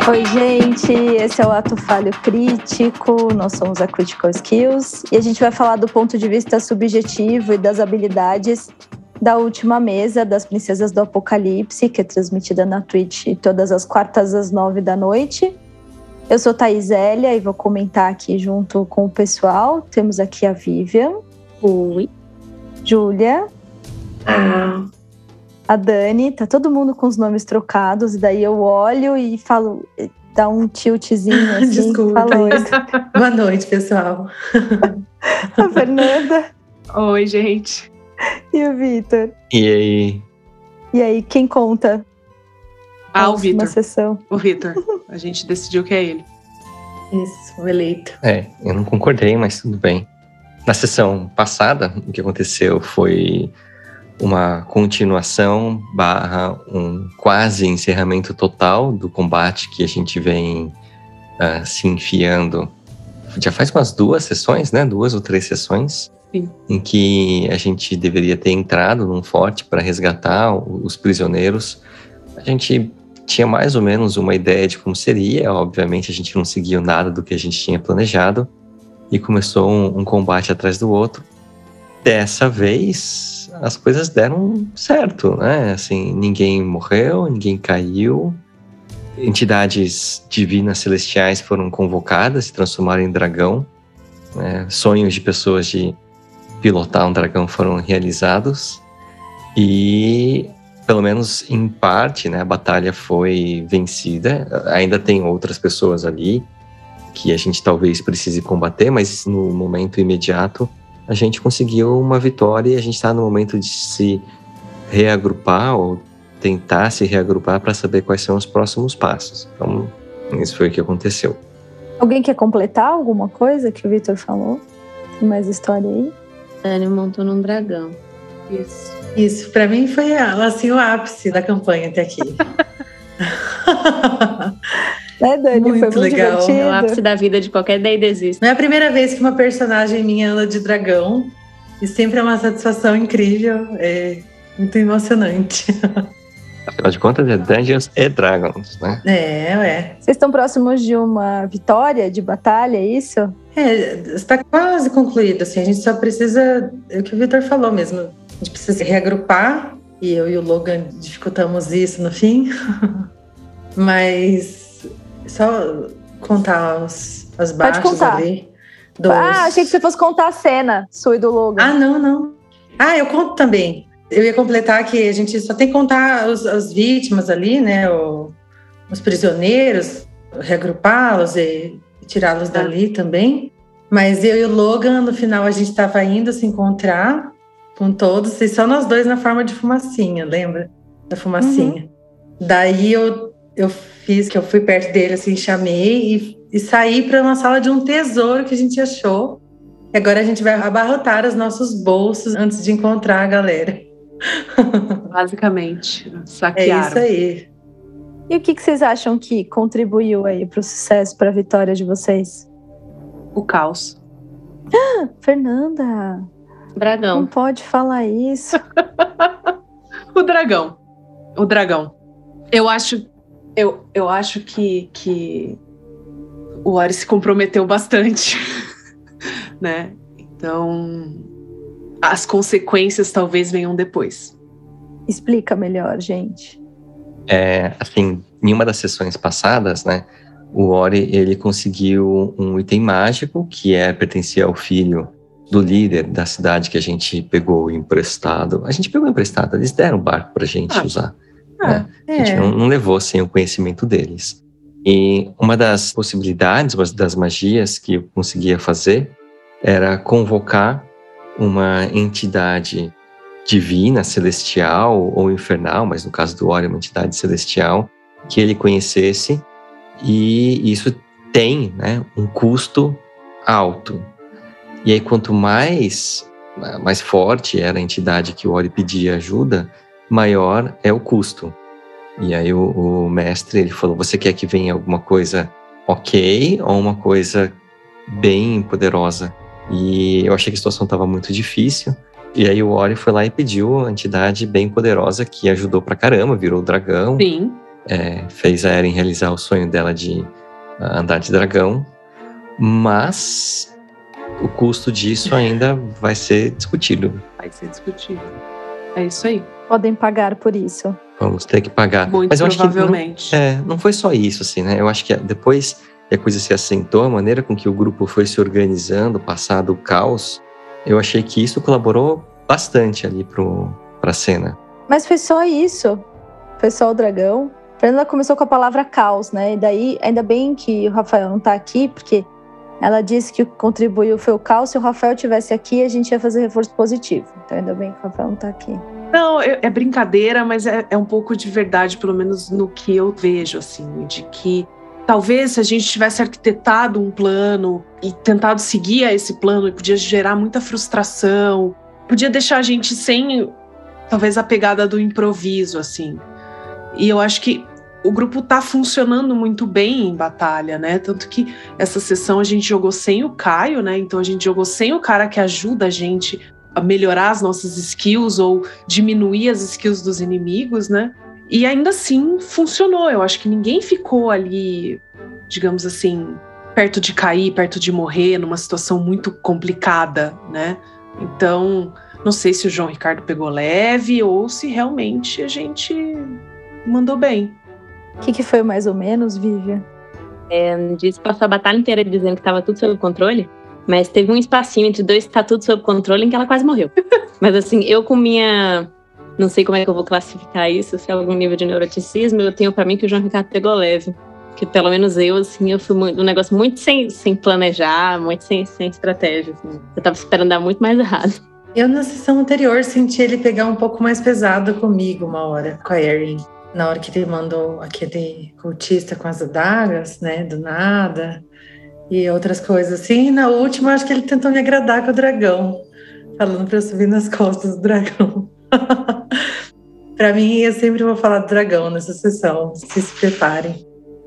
Oi, gente, esse é o Ato Falho Crítico, nós somos a Critical Skills e a gente vai falar do ponto de vista subjetivo e das habilidades da última mesa das Princesas do Apocalipse, que é transmitida na Twitch todas as quartas às 9 da noite. Eu sou Thaís Elia e vou comentar aqui junto com o pessoal. Temos aqui a Vivian. Oi. Júlia. A Dani. Tá todo mundo com os nomes trocados, e daí eu olho e falo, dá um tiltzinho assim. Desculpa. Boa noite, pessoal. A Fernanda. Oi, gente. E o Vitor. E aí? E aí, quem conta? O Vitor. Sessão. O Vitor. A gente decidiu que é ele. Isso, o eleito. Eu não concordei, mas tudo bem. Na sessão passada, o que aconteceu foi uma continuação / um quase encerramento total do combate que a gente vem se enfiando. Já faz umas 2 sessões, né? 2 ou 3 sessões. Sim. Em que a gente deveria ter entrado num forte para resgatar os prisioneiros. A gente tinha mais ou menos uma ideia de como seria. Obviamente a gente não seguiu nada do que a gente tinha planejado. E começou um combate atrás do outro. Dessa vez, as coisas deram certo, né? Assim, ninguém morreu, ninguém caiu. Entidades divinas celestiais foram convocadas, se transformaram em dragão. Sonhos de pessoas de pilotar um dragão foram realizados. E, pelo menos em parte, né, a batalha foi vencida. Ainda tem outras pessoas ali que a gente talvez precise combater, mas no momento imediato a gente conseguiu uma vitória e a gente está no momento de se reagrupar ou tentar se reagrupar para saber quais são os próximos passos. Então, isso foi o que aconteceu. Alguém quer completar alguma coisa que o Vitor falou? Tem mais história aí? Dani montou num dragão. Isso, para mim foi assim, o ápice da campanha até aqui. Dani? Foi muito legal. divertido. É o ápice da vida de qualquer D&Dista. Não é a primeira vez que uma personagem minha anda de dragão. E sempre é uma satisfação incrível. É muito emocionante. Afinal de contas, é Dungeons & Dragons, né? Vocês estão próximos de uma vitória, de batalha, é isso? Está quase concluído. Assim, a gente só precisa... É o que o Vitor falou mesmo. A gente precisa se reagrupar. E eu e o Logan dificultamos isso no fim. Mas... Só contar as baixas ali. Achei que você fosse contar a cena sua e do Logan. Não. Eu conto também. Eu ia completar que a gente só tem que contar as vítimas ali, né? Os prisioneiros, reagrupá-los e tirá-los dali também. Mas eu e o Logan, no final, a gente estava indo se encontrar com todos, e só nós dois na forma de fumacinha, lembra? Da fumacinha. Daí eu fiz que eu fui perto dele, assim, chamei e saí para uma sala de um tesouro que a gente achou. E agora a gente vai abarrotar os nossos bolsos antes de encontrar a galera. Basicamente, saquearam. É isso aí. E o que vocês acham que contribuiu aí para o sucesso, para a vitória de vocês? O caos. Fernanda! Dragão. Não pode falar isso. O dragão. Eu acho que o Ori se comprometeu bastante, né? Então, as consequências talvez venham depois. Explica melhor, gente. Assim, em uma das sessões passadas, né, o Ori, ele conseguiu um item mágico que pertencia ao filho do líder da cidade que a gente pegou emprestado. A gente pegou emprestado, eles deram o barco pra gente usar. A gente não levou sem o conhecimento deles. E uma das possibilidades, uma das magias que eu conseguia fazer era convocar uma entidade divina, celestial ou infernal, mas no caso do Ori, uma entidade celestial, que ele conhecesse, e isso tem, né, um custo alto. E aí, quanto mais forte era a entidade que o Ori pedia ajuda, maior é o custo. E aí o mestre, ele falou, você quer que venha alguma coisa ok ou uma coisa bem poderosa? E eu achei que a situação estava muito difícil. E aí o Ori foi lá e pediu a entidade bem poderosa que ajudou pra caramba, virou o dragão. Sim. fez a Eren realizar o sonho dela de andar de dragão, mas o custo disso ainda vai ser discutido. Vai ser discutido. É isso aí. Podem pagar por isso. Vamos ter que pagar. Muito mas eu provavelmente. Acho que não foi só isso, assim, né? Eu acho que depois que a coisa se assentou, a maneira com que o grupo foi se organizando, passado o caos, eu achei que isso colaborou bastante ali pra cena. Mas foi só isso. Foi só o dragão. A Fernanda começou com a palavra caos, né? E daí, ainda bem que o Rafael não tá aqui, porque ela disse que o que contribuiu foi o caos. Se o Rafael estivesse aqui, a gente ia fazer reforço positivo. Então, ainda bem que o Rafael não tá aqui. Não, é brincadeira, mas é um pouco de verdade, pelo menos no que eu vejo, assim, de que talvez se a gente tivesse arquitetado um plano e tentado seguir a esse plano, podia gerar muita frustração, podia deixar a gente sem, talvez, a pegada do improviso, assim. E eu acho que o grupo tá funcionando muito bem em batalha, né? Tanto que essa sessão a gente jogou sem o Caio, né? Então a gente jogou sem o cara que ajuda a gente a melhorar as nossas skills ou diminuir as skills dos inimigos, né? E ainda assim funcionou. Eu acho que ninguém ficou ali, digamos assim, perto de cair, perto de morrer, numa situação muito complicada, né? Então, não sei se o João Ricardo pegou leve ou se realmente a gente mandou bem. O que foi mais ou menos, Vivian? Disse que passou a batalha inteira dizendo que estava tudo sob controle, mas teve um espacinho entre dois que tá tudo sob controle em que ela quase morreu. Mas assim, eu com minha... Não sei como é que eu vou classificar isso, se é algum nível de neuroticismo, eu tenho pra mim que o João Ricardo pegou leve. Que pelo menos eu fui um negócio muito sem planejar, muito sem estratégia. Assim. Eu tava esperando dar muito mais errado. Eu, na sessão anterior, senti ele pegar um pouco mais pesado comigo uma hora, com a Erin. Na hora que ele mandou aquele cultista com as adagas, né, do nada, e outras coisas assim. E na última, acho que ele tentou me agradar com o dragão, falando pra eu subir nas costas do dragão. Pra mim, eu sempre vou falar do dragão nessa sessão, se preparem.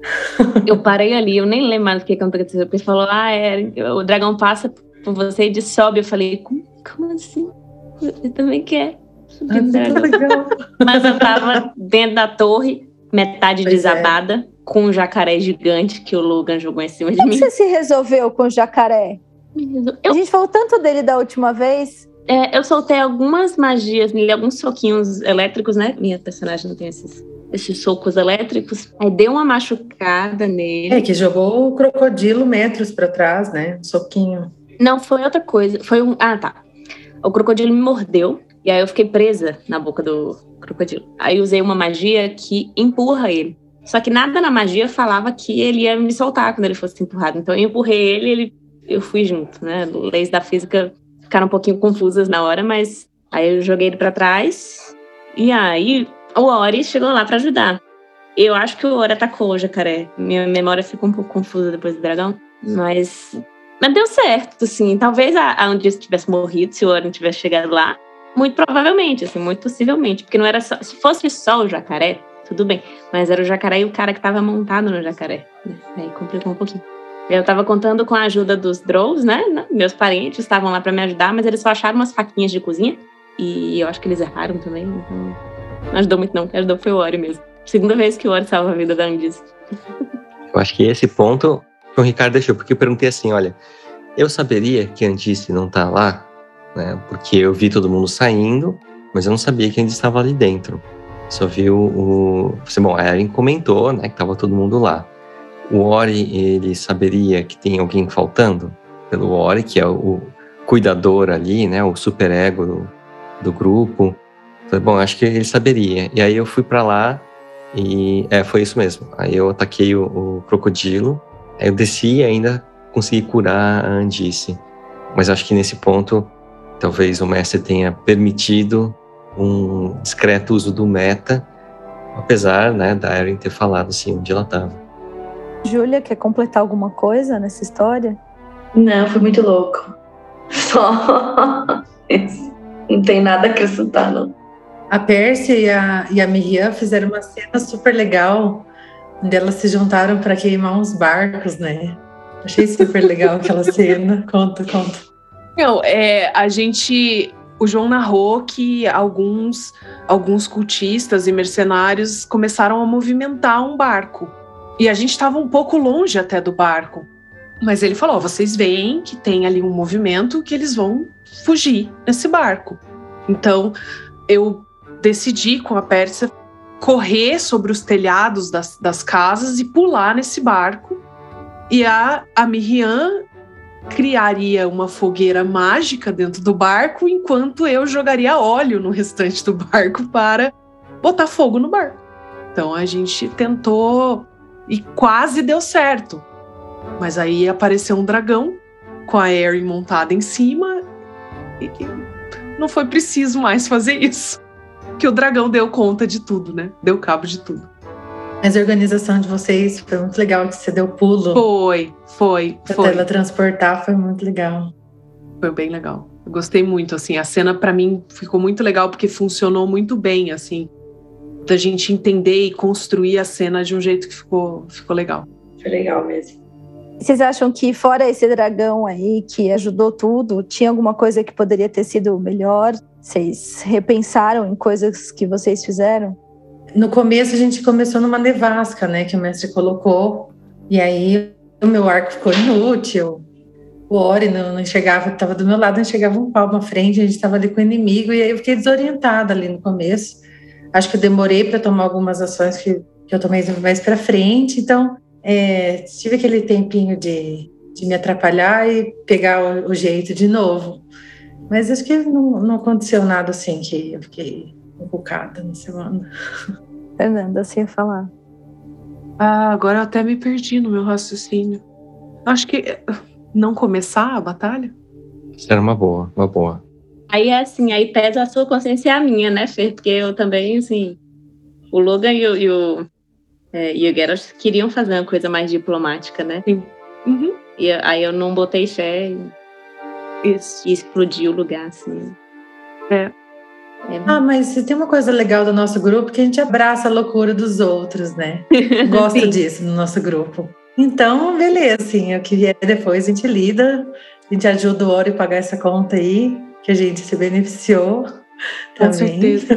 Eu parei ali, eu nem lembro mais o que aconteceu, porque ele falou, o dragão passa por você e sobe. Eu falei, como assim? Eu também quero subir no dragão. Mas eu tava dentro da torre, metade desabada, com um jacaré gigante que o Logan jogou em cima de mim. Como você se resolveu com o jacaré? A gente falou tanto dele da última vez. Eu soltei algumas magias nele, alguns soquinhos elétricos, né? Minha personagem não tem esses socos elétricos. Aí deu uma machucada nele. Que jogou o crocodilo metros pra trás, né? Um soquinho. Não, foi outra coisa. Foi tá. O crocodilo me mordeu. E aí eu fiquei presa na boca do crocodilo. Aí usei uma magia que empurra ele. Só que nada na magia falava que ele ia me soltar quando ele fosse empurrado. Então eu empurrei ele eu fui junto, né? Leis da física ficaram um pouquinho confusas na hora, mas aí eu joguei ele pra trás. E aí o Ori chegou lá pra ajudar. Eu acho que o Ori atacou o jacaré. Minha memória ficou um pouco confusa depois do dragão. Mas deu certo, assim. Talvez a Andressa tivesse morrido se o Ori não tivesse chegado lá. Muito provavelmente, assim, muito possivelmente. Porque não era só... Se fosse só o jacaré, tudo bem. Mas era o jacaré e o cara que estava montado no jacaré. Aí complicou um pouquinho. Eu estava contando com a ajuda dos Drows, né? Meus parentes estavam lá para me ajudar, mas eles só acharam umas faquinhas de cozinha. E eu acho que eles erraram também. Então não ajudou muito, não. O que ajudou foi o Ori mesmo. Segunda vez que o Ori salva a vida da Andressa. Eu acho que esse ponto o Ricardo deixou. Porque eu perguntei assim, olha... Eu saberia que a Andressa não tá lá, né? Porque eu vi todo mundo saindo, mas eu não sabia que a Andressa estava ali dentro. Só vi Bom, a Erin comentou, né, que tava todo mundo lá. O Ori, ele saberia que tem alguém faltando? Pelo Ori, que é o cuidador ali, né, o superego do grupo. Falei, bom, acho que ele saberia. E aí eu fui pra lá e foi isso mesmo. Aí eu ataquei o crocodilo, aí eu desci e ainda consegui curar a Andressa. Mas acho que nesse ponto, talvez o mestre tenha permitido um discreto uso do meta, apesar, né, da Erin ter falado assim onde ela estava. Júlia, quer completar alguma coisa nessa história? Não, foi muito louco. Só isso. Não tem nada a acrescentar, não. A Pérsia e a Miriam fizeram uma cena super legal, onde elas se juntaram para queimar uns barcos, né? Achei super legal aquela cena. Conta. Não, a gente o João narrou que alguns cultistas e mercenários começaram a movimentar um barco. E a gente estava um pouco longe até do barco. Mas ele falou, vocês veem que tem ali um movimento que eles vão fugir nesse barco. Então, eu decidi com a Pérsia correr sobre os telhados das casas e pular nesse barco. E a Miriam criaria uma fogueira mágica dentro do barco, enquanto eu jogaria óleo no restante do barco para botar fogo no barco. Então a gente tentou e quase deu certo. Mas aí apareceu um dragão com a Erin montada em cima e não foi preciso mais fazer isso. Que o dragão deu conta de tudo, né? Deu cabo de tudo. Mas a organização de vocês foi muito legal, que você deu pulo. Foi. Pra teletransportar, foi muito legal. Foi bem legal. Eu gostei muito, assim. A cena, pra mim, ficou muito legal, porque funcionou muito bem, assim. Da gente entender e construir a cena de um jeito que ficou legal. Foi legal mesmo. Vocês acham que, fora esse dragão aí, que ajudou tudo, tinha alguma coisa que poderia ter sido melhor? Vocês repensaram em coisas que vocês fizeram? No começo, a gente começou numa nevasca, né, que o mestre colocou. E aí, o meu arco ficou inútil. O Ori não enxergava, estava do meu lado, não enxergava um palmo à frente, a gente estava ali com o inimigo. E aí, eu fiquei desorientada ali no começo. Acho que eu demorei para tomar algumas ações que eu tomei mais para frente. Então, tive aquele tempinho de me atrapalhar e pegar o jeito de novo. Mas acho que não aconteceu nada assim que eu fiquei encucada na semana. Fernanda, você ia falar. Agora eu até me perdi no meu raciocínio. Acho que não começar a batalha? Isso era uma boa. Aí, assim, aí pesa a sua consciência e a minha, né, Fer? Porque eu também, assim, o Logan e o Geralt queriam fazer uma coisa mais diplomática, né? Sim. Uhum. E aí eu não botei fé e explodiu o lugar, assim. Mas tem uma coisa legal do nosso grupo, que a gente abraça a loucura dos outros, né? Gosto disso no nosso grupo. Então, beleza, assim, o que vier depois a gente lida, a gente ajuda o Ori a pagar essa conta aí, que a gente se beneficiou também. Com certeza.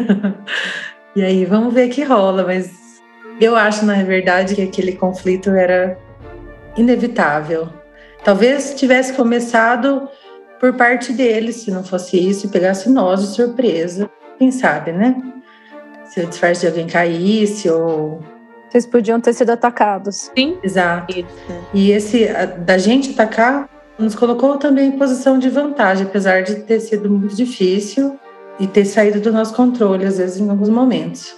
E aí, vamos ver o que rola, mas eu acho, na verdade, que aquele conflito era inevitável. Talvez tivesse começado por parte deles, se não fosse isso, e pegasse nós de surpresa. Quem sabe, né? Se o disfarce de alguém caísse ou... Vocês podiam ter sido atacados. Sim. Exato. Isso. E da gente atacar nos colocou também em posição de vantagem, apesar de ter sido muito difícil e ter saído do nosso controle, às vezes, em alguns momentos.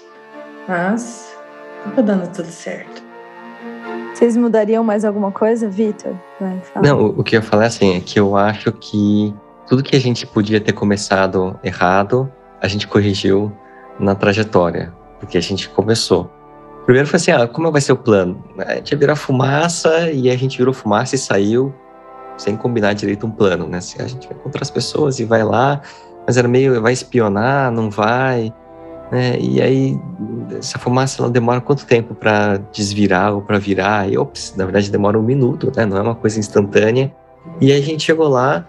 Mas tá dando tudo certo. Vocês mudariam mais alguma coisa, Vitor? Não, o que eu ia falar assim, é que eu acho que tudo que a gente podia ter começado errado, a gente corrigiu na trajetória, porque a gente começou. Primeiro foi assim, como vai ser o plano? A gente ia virar fumaça, e a gente virou fumaça e saiu sem combinar direito um plano, né? Assim, a gente vai encontrar as pessoas e vai lá, mas era meio, vai espionar, não vai, né? E aí, essa fumaça, ela demora quanto tempo para desvirar ou para virar? E, na verdade, demora 1 minuto, né? Não é uma coisa instantânea. E aí a gente chegou lá,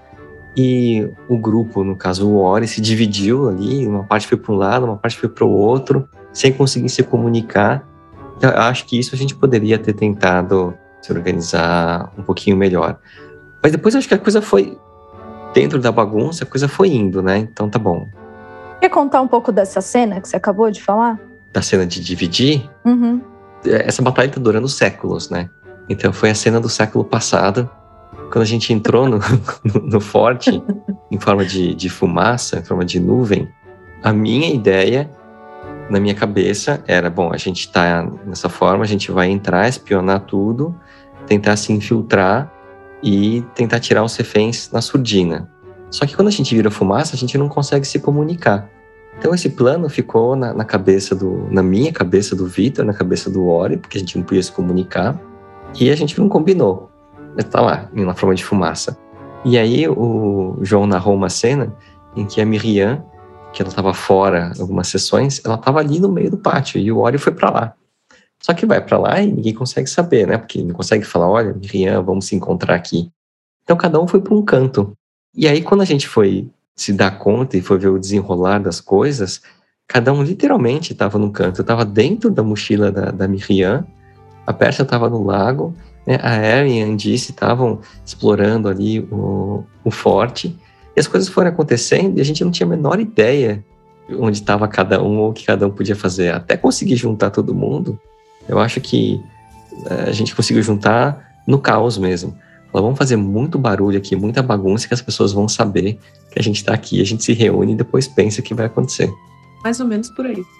e o grupo, no caso o Ori, se dividiu ali, uma parte foi para um lado, uma parte foi para o outro, sem conseguir se comunicar. Então, eu acho que isso a gente poderia ter tentado se organizar um pouquinho melhor. Mas depois acho que a coisa foi, dentro da bagunça, a coisa foi indo, né? Então tá bom. Quer contar um pouco dessa cena que você acabou de falar? Da cena de dividir? Uhum. Essa batalha tá durando séculos, né? Então foi a cena do século passado, quando a gente entrou no forte, em forma de fumaça, em forma de nuvem. A minha ideia, na minha cabeça, era, bom, a gente tá nessa forma, a gente vai entrar, espionar tudo, tentar se infiltrar e tentar tirar os reféns na surdina. Só que quando a gente vira fumaça, a gente não consegue se comunicar. Então esse plano ficou na minha cabeça do Vitor, na cabeça do Ori, porque a gente não podia se comunicar, e a gente não combinou. Tá lá, na forma de fumaça. E aí o João narrou uma cena em que a Miriam, que ela estava fora algumas sessões, ela estava ali no meio do pátio, e o Ori foi para lá. Só que vai para lá e ninguém consegue saber, né? Porque não consegue falar, olha, Miriam, vamos se encontrar aqui. Então cada um foi para um canto. E aí quando a gente foi se dar conta e for ver o desenrolar das coisas, cada um literalmente estava num canto. Eu estava dentro da mochila da Miriam, a Pérsia estava no lago, né? A Erin e a Andice estavam explorando ali o forte, e as coisas foram acontecendo e a gente não tinha a menor ideia onde estava cada um ou o que cada um podia fazer. Até conseguir juntar todo mundo, eu acho que a gente conseguiu juntar no caos mesmo. Vamos fazer muito barulho aqui, muita bagunça, que as pessoas vão saber que a gente está aqui, a gente se reúne e depois pensa o que vai acontecer. Mais ou menos por aí.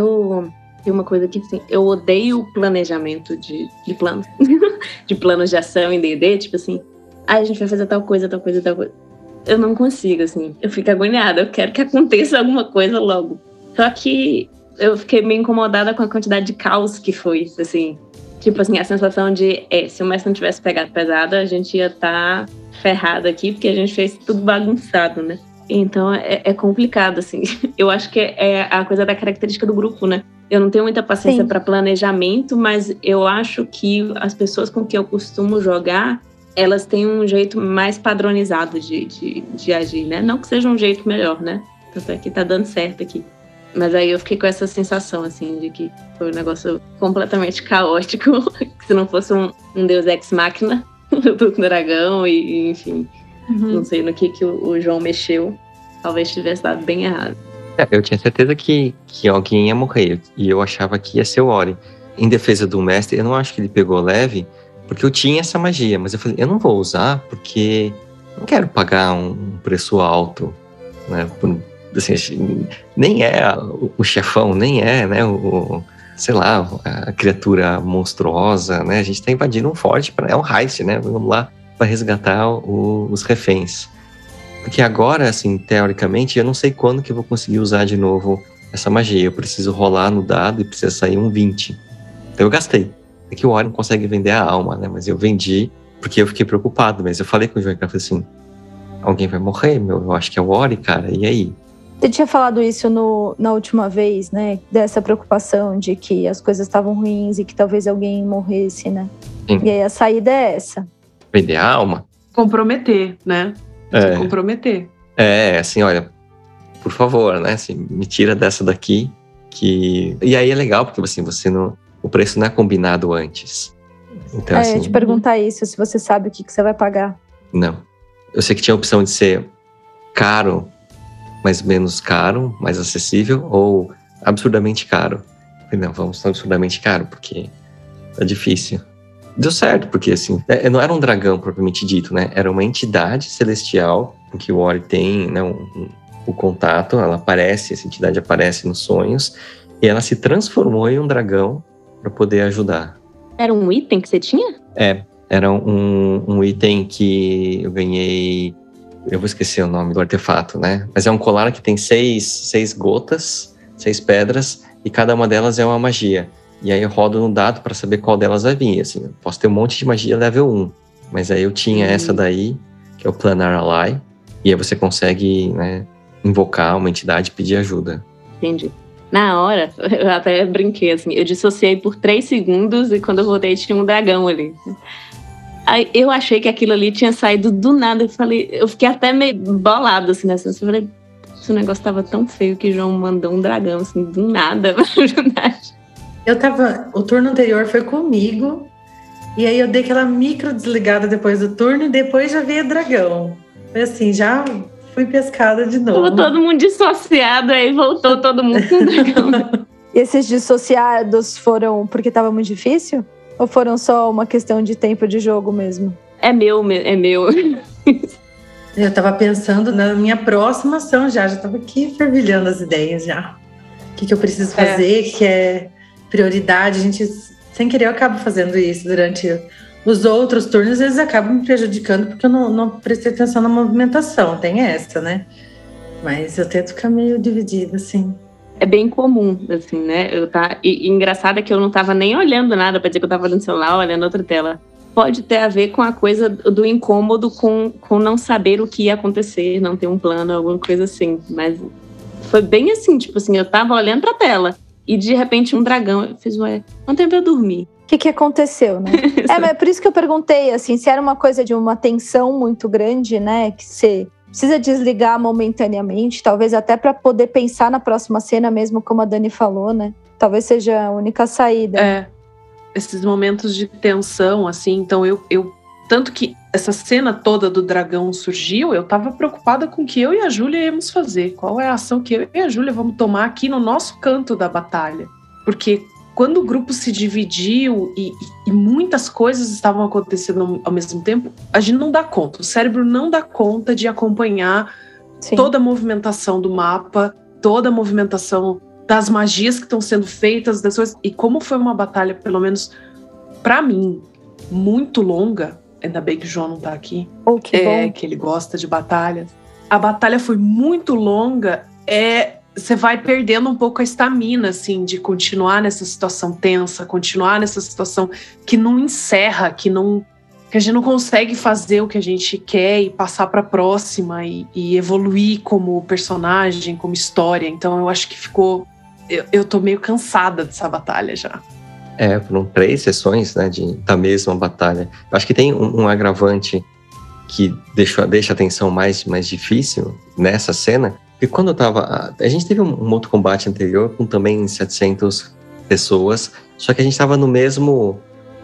Tem uma coisa que, assim, eu odeio o planejamento de planos. De planos de ação em D&D, tipo assim, a gente vai fazer tal coisa, tal coisa, tal coisa. Eu não consigo, assim, eu fico agoniada, eu quero que aconteça alguma coisa logo. Só que eu fiquei meio incomodada com a quantidade de caos que foi, assim. Tipo assim, a sensação de, se o mestre não tivesse pegado pesado, a gente ia estar ferrado aqui, porque a gente fez tudo bagunçado, né? Então é complicado, assim. Eu acho que é a coisa da característica do grupo, né? Eu não tenho muita paciência para planejamento, mas eu acho que as pessoas com quem eu costumo jogar, elas têm um jeito mais padronizado de agir, né? Não que seja um jeito melhor, né? Tanto é que tá dando certo aqui. Mas aí eu fiquei com essa sensação, assim, de que foi um negócio completamente caótico. Se não fosse um deus ex-máquina do dragão e enfim, não sei no que o João mexeu. Talvez tivesse dado bem errado. Eu tinha certeza que alguém ia morrer. E eu achava que ia ser o Ori. Em defesa do mestre, eu não acho que ele pegou leve, porque eu tinha essa magia. Mas eu falei, eu não vou usar porque não quero pagar um preço alto, né? Assim, nem é o chefão, nem é, né, sei lá, a criatura monstruosa, né? A gente está invadindo um forte, é um heist, né? Vamos lá para resgatar os reféns. Porque agora, assim, teoricamente, eu não sei quando que eu vou conseguir usar de novo essa magia. Eu preciso rolar no dado e precisa sair um 20. Então eu gastei. É que o Ori não consegue vender a alma, né? Mas eu vendi porque eu fiquei preocupado. Mas eu falei com o João, eu falei assim, alguém vai morrer, eu acho que é o Ori, cara, e aí? Você tinha falado isso na última vez, né? Dessa preocupação de que as coisas estavam ruins e que talvez alguém morresse, né? Sim. E aí a saída é essa. Vender a alma? Comprometer, né? Se comprometer. Assim, olha, por favor, né? Assim, me tira dessa daqui. E aí é legal, porque assim, o preço não é combinado antes. Então, assim, eu ia te perguntar isso, se você sabe o que você vai pagar. Não. Eu sei que tinha a opção de ser caro, mas menos caro, mais acessível, ou absurdamente caro. Eu falei, não, vamos absurdamente caro, porque é difícil. Deu certo, porque assim, não era um dragão propriamente dito, né? Era uma entidade celestial em que o Ori tem, né, o contato, ela aparece, essa entidade aparece nos sonhos, e ela se transformou em um dragão para poder ajudar. Era um item que você tinha? Era um item que eu ganhei, eu vou esquecer o nome do artefato, né? Mas é um colar que tem 6 gotas, 6 pedras, e cada uma delas é uma magia. E aí eu rodo no dado para saber qual delas vai vir. Assim, eu posso ter um monte de magia level 1, mas aí eu tinha essa daí, que é o Planar Ally, e aí você consegue, né, invocar uma entidade e pedir ajuda. Entendi. Na hora, eu até brinquei, assim, eu dissociei por 3 segundos e quando eu voltei tinha um dragão ali. Aí eu achei que aquilo ali tinha saído do nada. Eu fiquei até meio bolado, assim, nessa. Eu falei, esse negócio tava tão feio que o João mandou um dragão, assim, do nada pra ajudar. O turno anterior foi comigo, e aí eu dei aquela micro desligada depois do turno, e depois já veio o dragão. Foi assim, já fui pescada de novo. Tava todo mundo dissociado, aí voltou todo mundo com o dragão. E esses dissociados foram porque tava muito difícil? Ou foram só uma questão de tempo de jogo mesmo? É meu. Eu tava pensando na minha próxima ação já tava aqui fervilhando as ideias já. O que eu preciso fazer, que é prioridade. A gente, sem querer, eu acabo fazendo isso durante os outros turnos. Às vezes acaba me prejudicando porque eu não prestei atenção na movimentação. Tem essa, né? Mas eu tento ficar meio dividida, assim. É bem comum, assim, né? E engraçado é que eu não tava nem olhando nada, pra dizer que eu tava olhando o celular, olhando outra tela. Pode ter a ver com a coisa do incômodo com não saber o que ia acontecer, não ter um plano, alguma coisa assim. Mas foi bem assim, tipo assim, eu tava olhando pra tela e de repente um dragão, eu fiz, quanto tempo eu dormi? O que aconteceu, né? Mas é por isso que eu perguntei, assim, se era uma coisa de uma tensão muito grande, né? Que você precisa desligar momentaneamente, talvez até para poder pensar na próxima cena mesmo, como a Dani falou, né? Talvez seja a única saída. Esses momentos de tensão, assim, então eu tanto que essa cena toda do dragão surgiu, eu tava preocupada com o que eu e a Júlia íamos fazer, qual é a ação que eu e a Júlia vamos tomar aqui no nosso canto da batalha, porque quando o grupo se dividiu e muitas coisas estavam acontecendo ao mesmo tempo, a gente não dá conta, o cérebro não dá conta de acompanhar toda a movimentação do mapa, toda a movimentação das magias que estão sendo feitas, das coisas. E como foi uma batalha, pelo menos pra mim, muito longa, ainda bem que o João não tá aqui, que ele gosta de batalhas. A batalha foi muito longa, você vai perdendo um pouco a estamina, assim, de continuar nessa situação tensa, continuar nessa situação que não encerra, que a gente não consegue fazer o que a gente quer e passar para a próxima e evoluir como personagem, como história. Então eu acho que ficou... Eu tô meio cansada dessa batalha já. Foram 3 sessões, né, da mesma batalha. Eu acho que tem um agravante que deixa a tensão mais difícil nessa cena. Porque quando eu tava... A gente teve um outro combate anterior com também 700 pessoas, só que a gente tava no mesmo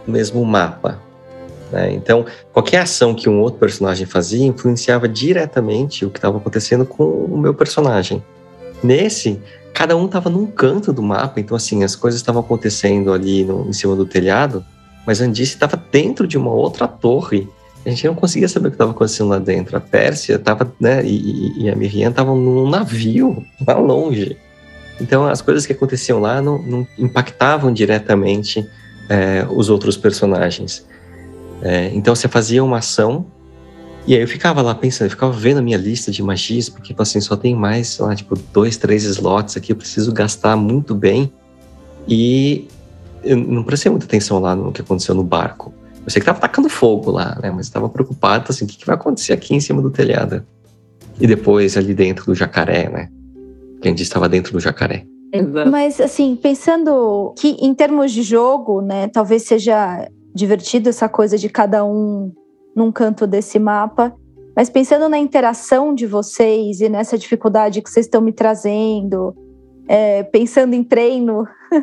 mapa, né? Então, qualquer ação que um outro personagem fazia influenciava diretamente o que estava acontecendo com o meu personagem. Nesse, cada um estava num canto do mapa, então assim, as coisas estavam acontecendo ali em cima do telhado, mas Andice estava dentro de uma outra torre. A gente não conseguia saber o que estava acontecendo lá dentro. A Pérsia estava, né, e a Miriam estavam num navio lá longe. Então as coisas que aconteciam lá não impactavam diretamente os outros personagens. Então você fazia uma ação e aí eu ficava lá pensando, eu ficava vendo a minha lista de magias, porque assim, só tem mais, sei lá, 2, 3 slots aqui, eu preciso gastar muito bem. E eu não prestei muita atenção lá no que aconteceu no barco. Eu sei que tava tacando fogo lá, né? Mas estava preocupado, assim, o que vai acontecer aqui em cima do telhado? E depois ali dentro do jacaré, né? Que a gente estava dentro do jacaré. Exato. Mas, assim, pensando que em termos de jogo, né? Talvez seja divertido essa coisa de cada um num canto desse mapa. Mas pensando na interação de vocês e nessa dificuldade que vocês estão me trazendo, pensando em treino,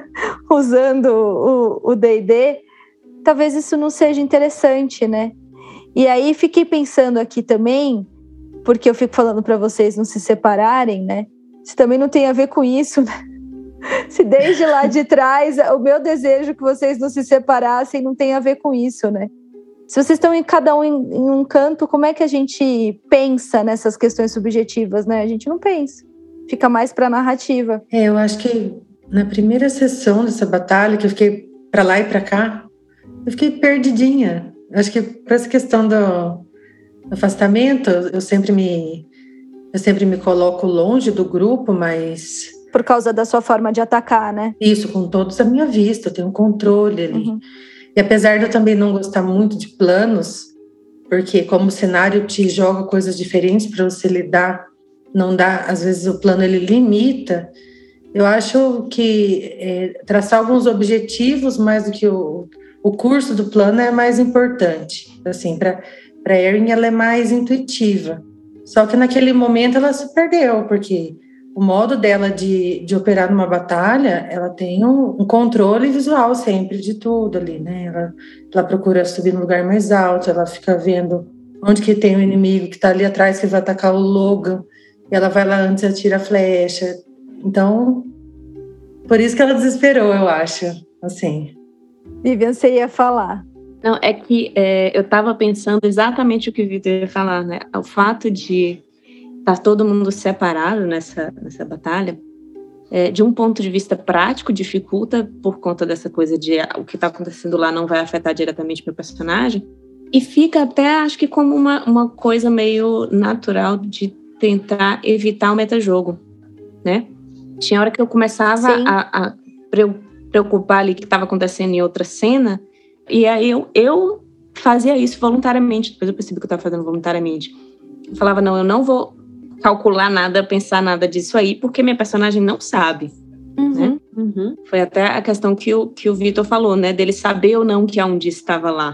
usando o D&D, talvez isso não seja interessante, né? E aí fiquei pensando aqui também, porque eu fico falando para vocês não se separarem, né? Isso também não tem a ver com isso, né? Se desde lá de trás o meu desejo que vocês não se separassem não tem a ver com isso, né? Se vocês estão cada um em um canto, como é que a gente pensa nessas questões subjetivas, né? A gente não pensa. Fica mais para a narrativa. Eu acho que na primeira sessão dessa batalha, que eu fiquei para lá e para cá, eu fiquei perdidinha. Eu acho que para essa questão do afastamento, eu sempre me coloco longe do grupo, mas... Por causa da sua forma de atacar, né? Isso, com todos à minha vista, eu tenho um controle ali. Uhum. E apesar de eu também não gostar muito de planos, porque como o cenário te joga coisas diferentes para você lidar, não dá, às vezes o plano ele limita, eu acho que traçar alguns objetivos mais do que o curso do plano é mais importante. Assim, para Erin ela é mais intuitiva. Só que naquele momento ela se perdeu, porque o modo dela de operar numa batalha, ela tem um controle visual sempre de tudo ali, né? Ela procura subir no lugar mais alto, ela fica vendo onde que tem o inimigo que está ali atrás, que vai atacar o Logan, e ela vai lá antes e atira a flecha. Então, por isso que ela desesperou, eu acho, assim. Vivian, você ia falar. Não, é que eu estava pensando exatamente o que o Vitor ia falar, né? O fato de estar todo mundo separado nessa batalha, de um ponto de vista prático, dificulta por conta dessa coisa de o que está acontecendo lá não vai afetar diretamente meu personagem, e fica até, acho que como uma coisa meio natural de tentar evitar o metajogo, né? Tinha hora que eu começava a preocupar ali o que estava acontecendo em outra cena, e aí eu fazia isso voluntariamente, depois eu percebi que eu estava fazendo voluntariamente. Eu falava, não, eu não vou calcular nada, pensar nada disso aí, porque minha personagem não sabe. Uhum. Né? Uhum. Foi até a questão que o Vitor falou, né? Dele saber ou não que a Undice estava lá.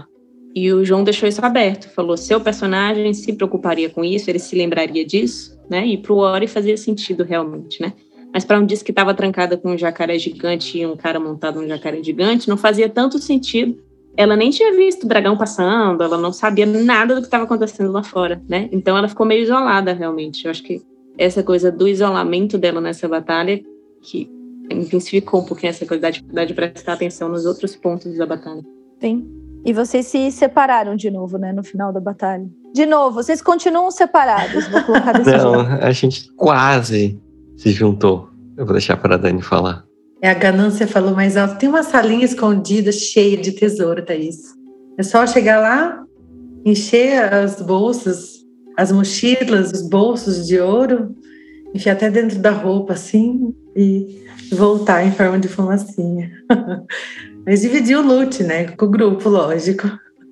E o João deixou isso aberto, falou, seu personagem se preocuparia com isso, ele se lembraria disso, né? E pro Ori fazia sentido realmente, né? Mas para um disco que estava trancada com um jacaré gigante e um cara montado num jacaré gigante, não fazia tanto sentido. Ela nem tinha visto o dragão passando, ela não sabia nada do que estava acontecendo lá fora, né? Então ela ficou meio isolada, realmente. Eu acho que essa coisa do isolamento dela nessa batalha que intensificou um pouquinho essa coisa da dificuldade de prestar atenção nos outros pontos da batalha. Sim. E vocês se separaram de novo, né, no final da batalha. De novo, vocês continuam separados, vou colocar desse jeito. Não, a gente quase se juntou. Eu vou deixar para a Dani falar. A ganância falou mais alto. Tem uma salinha escondida cheia de tesouro, Thaís. É só chegar lá, encher as bolsas, as mochilas, os bolsos de ouro, enfiar até dentro da roupa, assim, e voltar em forma de fumacinha. Mas dividir o loot, né? Com o grupo, lógico.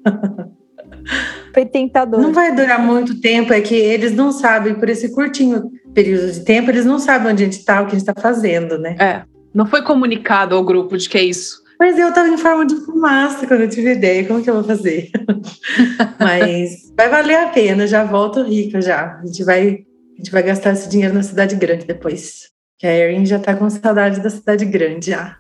Foi tentador. Não vai durar muito tempo, é que eles não sabem, por esse curtinho período de tempo, eles não sabem onde a gente está, o que a gente está fazendo, né? Não foi comunicado ao grupo de que é isso. Mas eu estava em forma de fumaça quando eu tive ideia, como que eu vou fazer? Mas vai valer a pena, já volto rica já. A gente vai gastar esse dinheiro na cidade grande depois. Que a Erin já está com saudade da cidade grande já.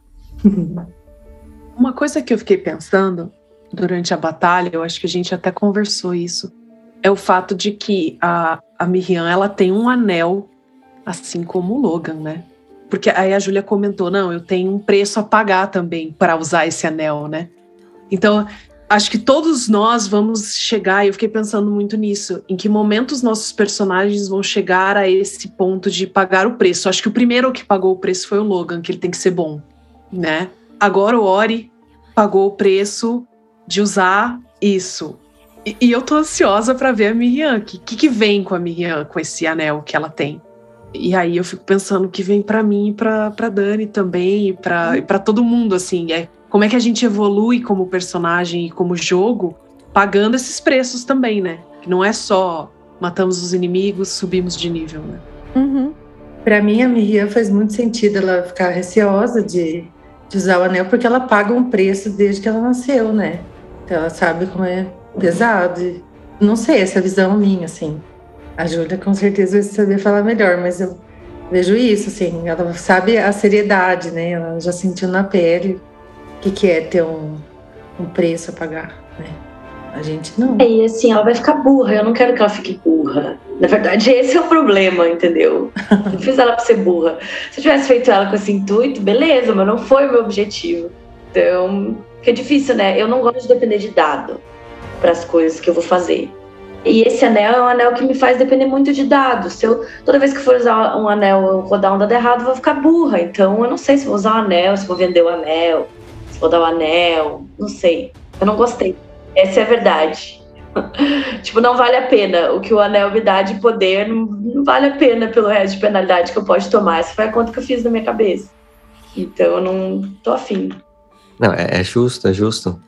Uma coisa que eu fiquei pensando durante a batalha, eu acho que a gente até conversou isso, é o fato de que a Miriam, ela tem um anel, assim como o Logan, né? Porque aí a Júlia comentou, não, eu tenho um preço a pagar também para usar esse anel, né? Então, acho que todos nós vamos chegar, e eu fiquei pensando muito nisso, em que momento os nossos personagens vão chegar a esse ponto de pagar o preço. Acho que o primeiro que pagou o preço foi o Logan, que ele tem que ser bom, né? Agora o Ori pagou o preço de usar isso. E eu tô ansiosa para ver a Miriam. O que vem com a Miriam, com esse anel que ela tem? E aí eu fico pensando o que vem para mim e pra Dani também, e pra todo mundo, assim. Como é que a gente evolui como personagem e como jogo, pagando esses preços também, né? Que não é só matamos os inimigos, subimos de nível, né? Uhum. Para mim, a Miriam faz muito sentido ela ficar receosa de usar o anel, porque ela paga um preço desde que ela nasceu, né? Então ela sabe como é pesado. Não sei, essa visão minha, assim. A Júlia com certeza vai saber falar melhor, mas eu vejo isso, assim. Ela sabe a seriedade, né? Ela já sentiu na pele o que é ter um preço a pagar, né? A gente não. E assim, ela vai ficar burra. Eu não quero que ela fique burra. Na verdade, esse é o problema, entendeu? Não fiz ela pra ser burra. Se eu tivesse feito ela com esse intuito, beleza, mas não foi o meu objetivo. Então, fica difícil, né? Eu não gosto de depender de dado para as coisas que eu vou fazer. E esse anel é um anel que me faz depender muito de dados. Se eu, toda vez que for usar um anel, eu rodar um dado errado, eu vou ficar burra. Então, eu não sei se vou usar o anel, se vou vender o anel, se vou dar o anel, não sei. Eu não gostei. Essa é a verdade. Tipo, não vale a pena. O que o anel me dá de poder não vale a pena pelo resto de penalidade que eu posso tomar. Essa foi a conta que eu fiz na minha cabeça. Então, eu não tô afim. Não, é justo, é justo.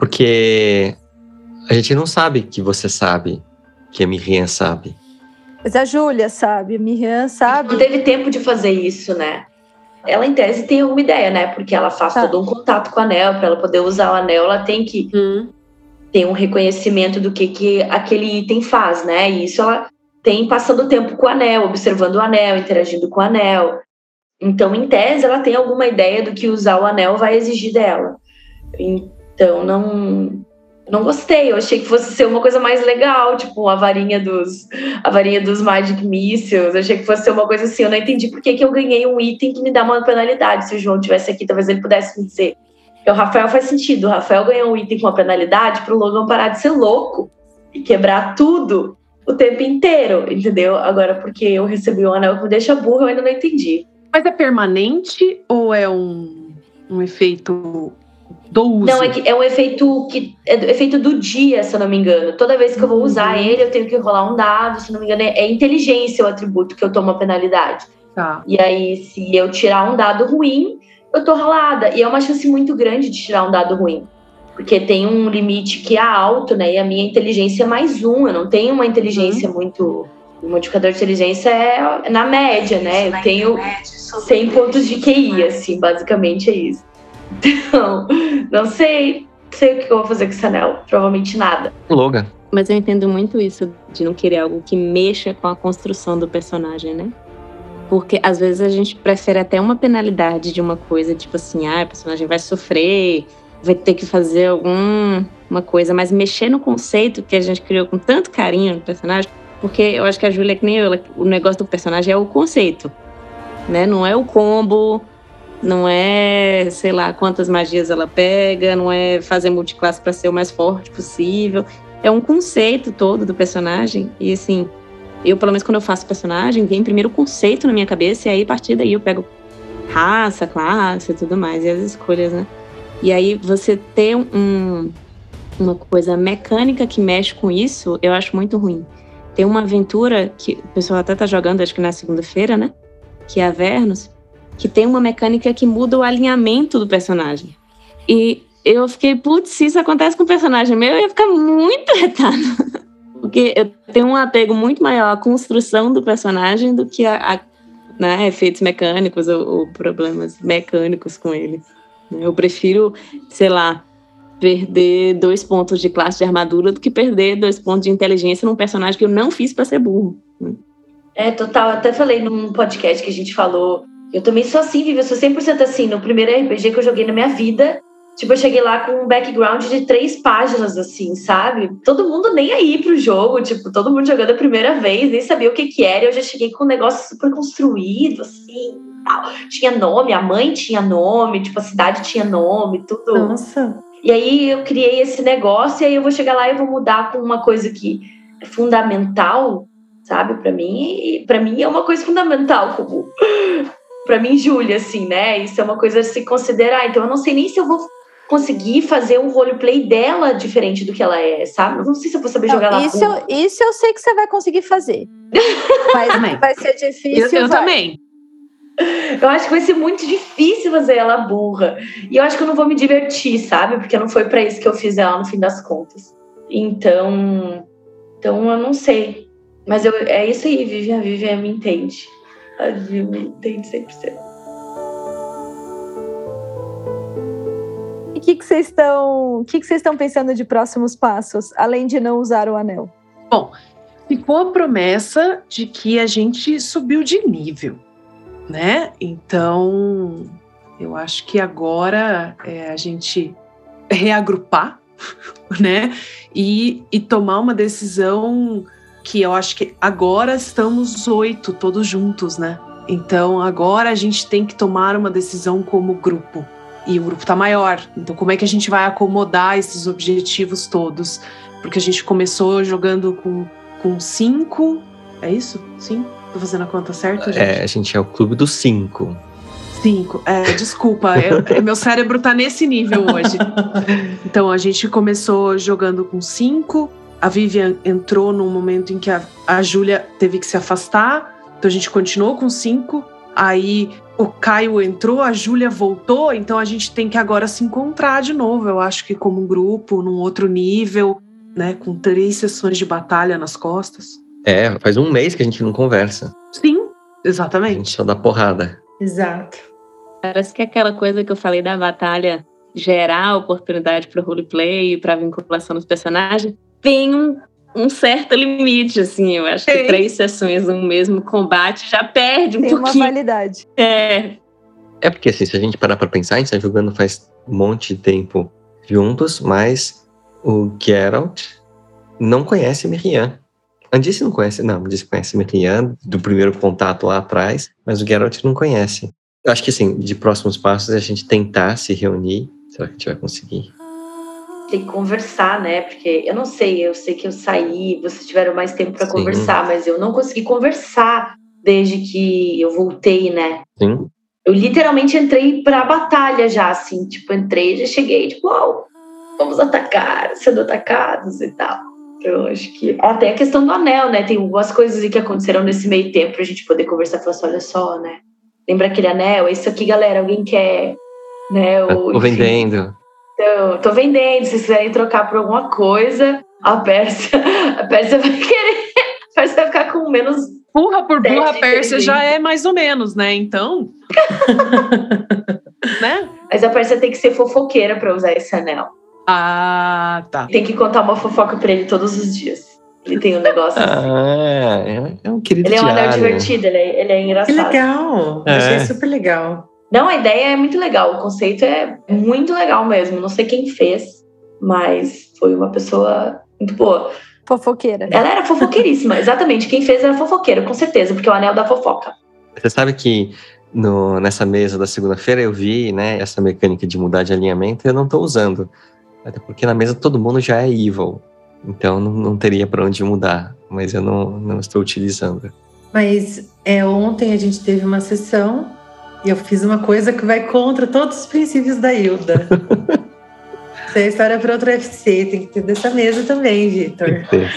Porque a gente não sabe que você sabe, que a Miriam sabe. Mas a Júlia sabe, a Miriam sabe. Não teve tempo de fazer isso, né? Ela, em tese, tem alguma ideia, né? Porque ela faz todo um contato com o anel. Para ela poder usar o anel, ela tem que ter um reconhecimento do que aquele item faz, né? E isso ela tem passando tempo com o anel, observando o anel, interagindo com o anel. Então, em tese, ela tem alguma ideia do que usar o anel vai exigir dela. Então, não gostei. Eu achei que fosse ser uma coisa mais legal, tipo a varinha dos Magic Missiles. Eu achei que fosse ser uma coisa assim. Eu não entendi por que eu ganhei um item que me dá uma penalidade. Se o João tivesse aqui, talvez ele pudesse me dizer. O Rafael faz sentido. O Rafael ganhou um item com uma penalidade para o Logan parar de ser louco e quebrar tudo o tempo inteiro, entendeu? Agora, porque eu recebi um anel que me deixa burro, eu ainda não entendi. Mas é permanente ou é um efeito do uso? Não, é um efeito efeito do dia, se eu não me engano. Toda vez que eu vou usar ele, eu tenho que rolar um dado, se não me engano, é inteligência o atributo que eu tomo a penalidade. Tá. E aí, se eu tirar um dado ruim, eu tô ralada. E é uma chance muito grande de tirar um dado ruim. Porque tem um limite que é alto, né? E a minha inteligência é mais 1. Eu não tenho uma inteligência muito... O modificador de inteligência é na média, né? Eu tenho 100 pontos de QI, assim, basicamente é isso. Então, não sei. sei o que eu vou fazer com esse anel. Provavelmente nada. Logan. Mas eu entendo muito isso, de não querer algo que mexa com a construção do personagem, né? Porque às vezes a gente prefere até uma penalidade de uma coisa, tipo assim, o personagem vai sofrer, vai ter que fazer alguma coisa, mas mexer no conceito que a gente criou com tanto carinho no personagem, porque eu acho que a Júlia, que nem eu, o negócio do personagem é o conceito, né? Não é o combo, não é, sei lá, quantas magias ela pega, não é fazer multiclasse para ser o mais forte possível. É um conceito todo do personagem. E assim, eu, pelo menos quando eu faço personagem, vem primeiro o conceito na minha cabeça, e aí a partir daí eu pego raça, classe e tudo mais, e as escolhas, né? E aí você ter uma coisa mecânica que mexe com isso, eu acho muito ruim. Tem uma aventura que o pessoal até tá jogando, acho que na segunda-feira, né? Que é a Avernus, que tem uma mecânica que muda o alinhamento do personagem. E eu fiquei, putz, se isso acontece com o personagem meu, eu ia ficar muito retada. Porque eu tenho um apego muito maior à construção do personagem do que a efeitos mecânicos ou problemas mecânicos com ele. Eu prefiro, sei lá, perder 2 pontos de classe de armadura do que perder 2 pontos de inteligência num personagem que eu não fiz pra ser burro. Total. Eu até falei num podcast que a gente falou. Eu também sou assim, Vivi. Eu sou 100% assim. No primeiro RPG que eu joguei na minha vida, tipo, eu cheguei lá com um background de 3 páginas, assim, sabe? Todo mundo nem aí pro jogo, tipo, todo mundo jogando a primeira vez, nem sabia o que era. Eu já cheguei com um negócio super construído, assim, tal. Tinha nome, a mãe tinha nome, tipo, a cidade tinha nome, tudo. Nossa. E aí eu criei esse negócio, e aí eu vou chegar lá e vou mudar com uma coisa que é fundamental, sabe, pra mim. E pra mim é uma coisa fundamental, como pra mim, Júlia, assim, né? Isso é uma coisa a se considerar. Então eu não sei nem se eu vou conseguir fazer um roleplay dela diferente do que ela é, sabe? Eu não sei se eu vou saber jogar lá. Isso eu sei que você vai conseguir fazer. Mas vai ser difícil. Eu também. Eu acho que vai ser muito difícil fazer ela burra. E eu acho que eu não vou me divertir, sabe? Porque não foi pra isso que eu fiz ela no fim das contas. Então eu não sei. Mas é isso aí, Vivian. A Vivian me entende. A Vivian me entende 100%. E o que vocês estão pensando de próximos passos, além de não usar o anel? Bom, ficou a promessa de que a gente subiu de nível, né? Então, eu acho que agora é a gente reagrupar, né? E tomar uma decisão que eu acho que agora estamos 8 todos juntos, né? Então, agora a gente tem que tomar uma decisão como grupo. E o grupo está maior. Então, como é que a gente vai acomodar esses objetivos todos? Porque a gente começou jogando com 5. É isso? 5? Tô fazendo a conta certa, gente? A gente é o clube dos 5. 5. Desculpa, meu cérebro tá nesse nível hoje. Então, a gente começou jogando com 5. A Vivian entrou num momento em que a Júlia teve que se afastar. Então, a gente continuou com 5. Aí o Caio entrou, a Júlia voltou, então a gente tem que agora se encontrar de novo, eu acho que como um grupo, num outro nível, né, com 3 sessões de batalha nas costas. Faz um mês que a gente não conversa. Sim, A exatamente. gente só dá porrada. Exato. Parece que aquela coisa que eu falei da batalha gerar oportunidade para o roleplay, para a vinculação dos personagens, tem um certo limite, assim. Eu acho que 3 sessões no mesmo combate já perde um pouquinho. Tem uma validade. É porque, assim, se a gente parar pra pensar, a gente tá jogando faz um monte de tempo juntos, mas o Geralt não conhece Miriam. Andice não conhece, não. Andice conhece Miriam do primeiro contato lá atrás, mas o Geralt não conhece. Eu acho que, assim, de próximos passos é a gente tentar se reunir. Será que a gente vai conseguir? Tem que conversar, né? Porque eu não sei, eu sei que eu saí, vocês tiveram mais tempo para conversar, mas eu não consegui conversar desde que eu voltei, né? Sim. Eu literalmente entrei pra batalha já, assim, tipo, entrei, já cheguei, tipo, uau, vamos atacar, sendo atacados e tal. Eu acho que até a questão do anel, né? Tem algumas coisas aí que aconteceram nesse meio tempo pra gente poder conversar e falar assim, olha só, né? Lembra aquele anel? Isso aqui, galera, alguém quer, né? Tô vendendo. Então, tô vendendo, se vocês quiserem trocar por alguma coisa, a Pérsia vai querer, a Pérsia vai ficar com menos... Burra por burra, a Pérsia já é mais ou menos, né? Então... né? Mas a Pérsia tem que ser fofoqueira pra usar esse anel. Ah, tá. Tem que contar uma fofoca pra ele todos os dias. Ele tem um negócio assim. É um querido Ele é um anel diário. divertido, ele é engraçado. Que legal! Achei super legal. Não, a ideia é muito legal. O conceito é muito legal mesmo. Não sei quem fez, mas foi uma pessoa muito boa. Fofoqueira. Ela era fofoqueiríssima, exatamente. Quem fez era fofoqueira, com certeza, porque é o anel da fofoca. Você sabe que nessa mesa da segunda-feira eu vi, né, essa mecânica de mudar de alinhamento e eu não estou usando. Até porque na mesa todo mundo já é evil. Então não teria para onde mudar. Mas eu não estou utilizando. Mas ontem a gente teve uma sessão e eu fiz uma coisa que vai contra todos os princípios da Hilda. Isso é história para outro UFC. Tem que ter dessa mesa também, Vitor. Tem.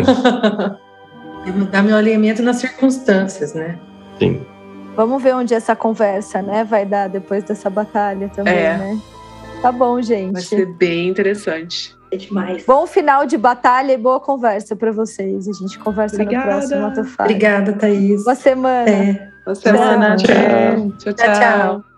E mudar meu alinhamento nas circunstâncias, né? Sim. Vamos ver onde essa conversa, né, vai dar depois dessa batalha também, né? Tá bom, gente. Vai ser bem interessante. É demais. Bom final de batalha e boa conversa pra vocês. A gente conversa Obrigada. no próximo Ato Falho. Obrigada, Thaís. Boa semana. Boa semana. Tchau. Tchau.